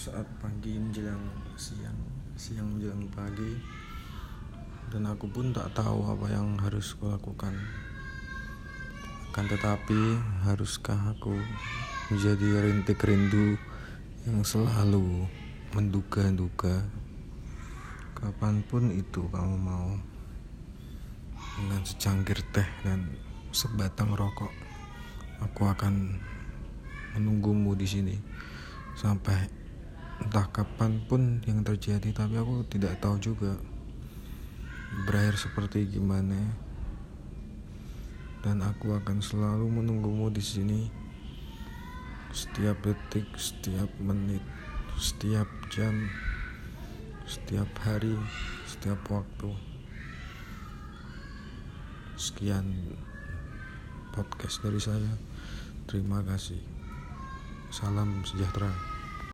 saat pagi menjelang siang, siang menjelang pagi, dan aku pun tak tahu apa yang harus kulakukan. Akan tetapi, haruskah aku menjadi rintik rindu yang selalu menduga-duga? Kapanpun itu kamu mau, dengan secangkir teh dan sebatang rokok, aku akan menunggumu di sini sampai entah kapanpun yang terjadi. Tapi aku tidak tahu juga berakhir seperti gimana, dan aku akan selalu menunggumu di sini setiap detik, setiap menit, setiap jam, setiap hari, setiap waktu. Sekian podcast dari saya. Terima kasih. Salam sejahtera.